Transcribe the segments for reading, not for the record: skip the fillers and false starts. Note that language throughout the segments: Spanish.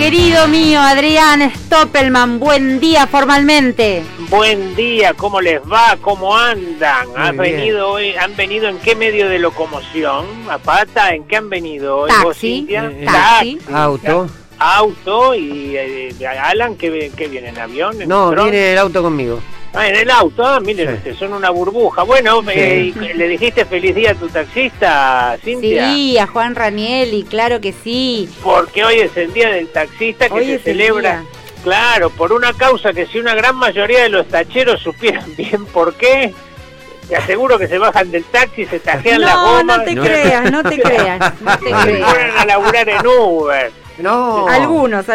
querido mío, Adrián Stoppelman, buen día formalmente. Buen día, ¿cómo les va? ¿Cómo andan? ¿Han venido en qué medio de locomoción? ¿A pata? ¿En qué han venido hoy? Taxi, taxi. Auto Y Alan, ¿qué viene? ¿En avión? No, viene el auto conmigo. En el auto, miren ustedes, son una burbuja. Bueno, ¿le dijiste feliz día a tu taxista, Cintia? Sí, a Juan Ranieri, claro que sí. Porque hoy es el día del taxista que se celebra, claro, por una causa que si una gran mayoría de los tacheros supieran bien por qué, te aseguro que se bajan del taxi, se tajean las gomas. No te creas. Se ponen a laburar en Uber. No. Algunos,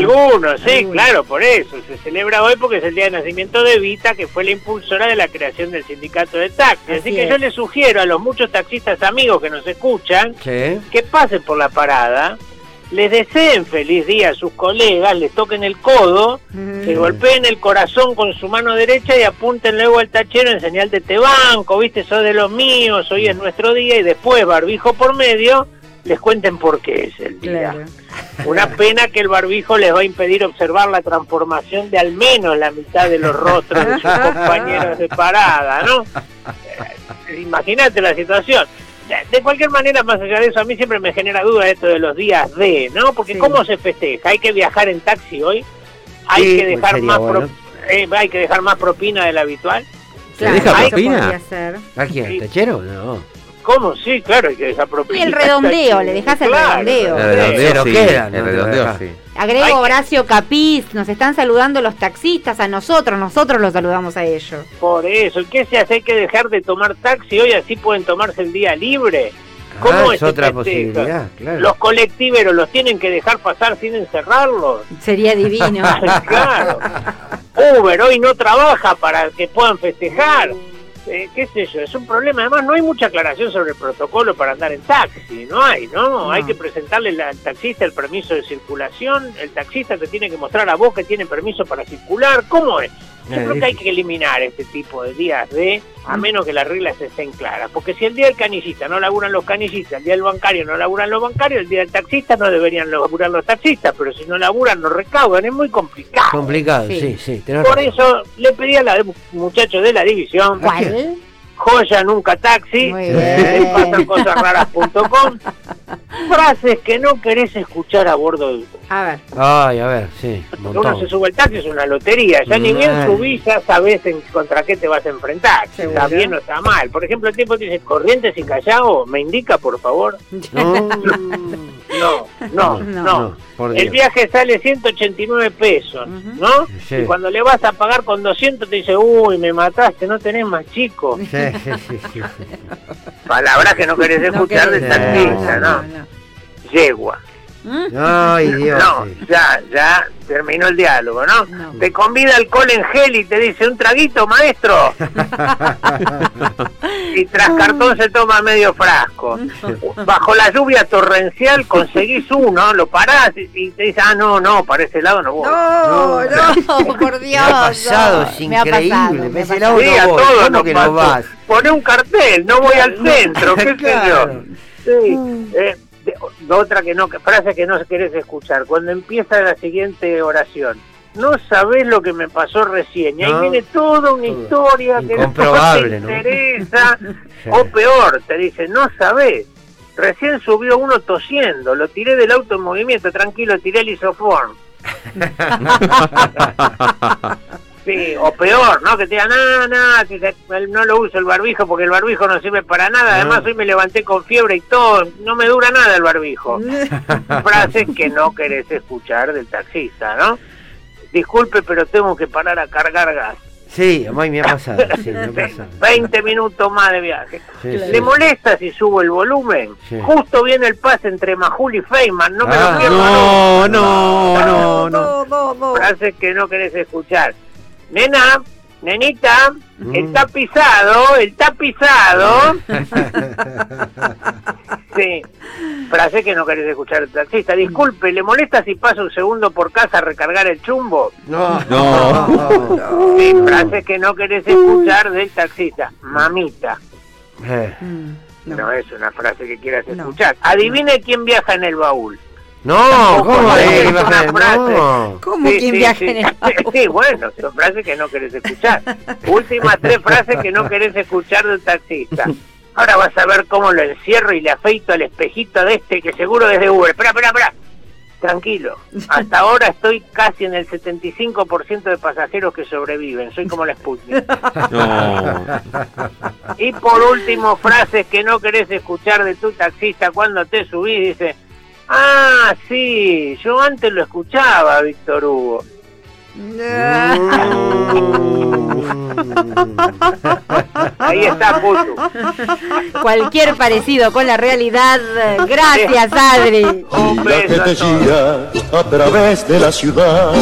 sí, claro, por eso. Se celebra hoy porque es el día de nacimiento de Evita, que fue la impulsora de la creación del sindicato de taxi. Así que yo les sugiero a los muchos taxistas amigos que nos escuchan que pasen por la parada, les deseen feliz día a sus colegas, les toquen el codo, se golpeen el corazón con su mano derecha y apunten luego al tachero en señal de te banco, viste, sos de los míos, hoy es nuestro día, y después, barbijo por medio, les cuenten por qué es el día. Claro. Una pena que el barbijo les va a impedir observar la transformación de al menos la mitad de los rostros de sus compañeros de parada, ¿no? Imagínate la situación. De cualquier manera, más allá de eso, a mí siempre me genera duda esto de los días de, ¿no? Porque ¿cómo se festeja? ¿Hay que viajar en taxi hoy? ¿Hay que dejar hay que dejar más propina de la habitual? ¿Se deja propina? ¿A quién? ¿El tachero? No. ¿Cómo? Sí, claro, hay que dejar propina. Y el redondeo, le dejás el redondeo. El redondeo, sí. Agrego Horacio Capiz, nos están saludando los taxistas, a nosotros los saludamos a ellos. Por eso, ¿qué se hace? Hay que dejar de tomar taxi hoy, así pueden tomarse el día libre. ¿Cómo es otra posibilidad? Claro. Los colectiveros los tienen que dejar pasar sin encerrarlos. Sería divino. Claro. Uber hoy no trabaja para que puedan festejar. Qué sé yo, es un problema. Además no hay mucha aclaración sobre el protocolo para andar en taxi, no. Hay que presentarle al taxista el permiso de circulación, el taxista te tiene que mostrar a vos que tiene permiso para circular. ¿Cómo es? Yo creo que hay que eliminar este tipo de días a menos que las reglas estén claras, porque si el día del canillista no laburan los canillistas, el día del bancario no laburan los bancarios, el día del taxista no deberían laburar los taxistas, pero si no laburan no recaudan, es muy complicado. Sí. Por eso le pedí a la muchachos de la división, ¿cuál? Joya Nunca Taxi, pasancosasraras.com, frases que no querés escuchar a bordo del taxi. A ver, sí. Uno se sube al taxi, es una lotería. Ya ni bien subís, ya sabés contra qué te vas a enfrentar. Si está bien o está mal. Por ejemplo, el tipo te dice, Corrientes y Callao, ¿me indica, por favor? No. El viaje sale 189 pesos, ¿no? Sí. Y cuando le vas a pagar con 200 te dice, uy, me mataste, no tenés más chico. Sí. Palabras que no querés escuchar del taxista, ¿no? Yegua. Ay, Dios. No, ya terminó el diálogo, ¿no? Te convida alcohol en gel y te dice, un traguito, maestro. Y tras cartón se toma medio frasco. Bajo la lluvia torrencial conseguís uno, lo parás y te dice, no, para ese lado no voy. No, por Dios. Me ha pasado, es increíble. Me ha Ese pasado. lado no voy. todo ¿Cómo que no vas? Poné un cartel, no voy al centro, qué sé yo. Sí, frase que no querés escuchar. Cuando empieza la siguiente oración, no sabés lo que me pasó recién. Y ahí viene toda una historia que no te interesa. O peor, te dice, no sabés. Recién subió uno tosiendo, lo tiré del auto en movimiento, tranquilo, tiré el isoform. Sí, o peor, ¿no? Que te digan, no lo uso el barbijo porque el barbijo no sirve para nada. Además, hoy me levanté con fiebre y todo, no me dura nada el barbijo. Frases que no querés escuchar del taxista, ¿no? Disculpe, pero tengo que parar a cargar gas. Sí, a mí me ha pasado. 20 minutos más de viaje. ¿Le molesta si subo el volumen? Sí. Justo viene el pase entre Majul y Feynman, no me lo pierdo. No. Frases que no querés escuchar. Nenita, está pisado. Sí, frase que no querés escuchar el taxista. Disculpe, ¿le molesta si paso un segundo por casa a recargar el chumbo? No. Sí, frase que no querés escuchar del taxista. Mamita. No es una frase que quieras escuchar. Adivine quién viaja en el baúl. No, ¿cómo es iba a una ser? frase. No. ¿Cómo quien viaja en el auto? Sí, bueno, son frases que no querés escuchar. Últimas 3 frases que no querés escuchar del taxista. Ahora vas a ver cómo lo encierro y le afeito al espejito de este que seguro es de Uber. Espera. Tranquilo. Hasta ahora estoy casi en el 75% de pasajeros que sobreviven. Soy como la Sputnik. No. Y por último, frases que no querés escuchar de tu taxista cuando te subís. Dice, ah, sí, yo antes lo escuchaba, Víctor Hugo. Ahí está, Putu. Cualquier parecido con la realidad. Gracias, Adri. Un La que beso a te todos. gira a través de la ciudad.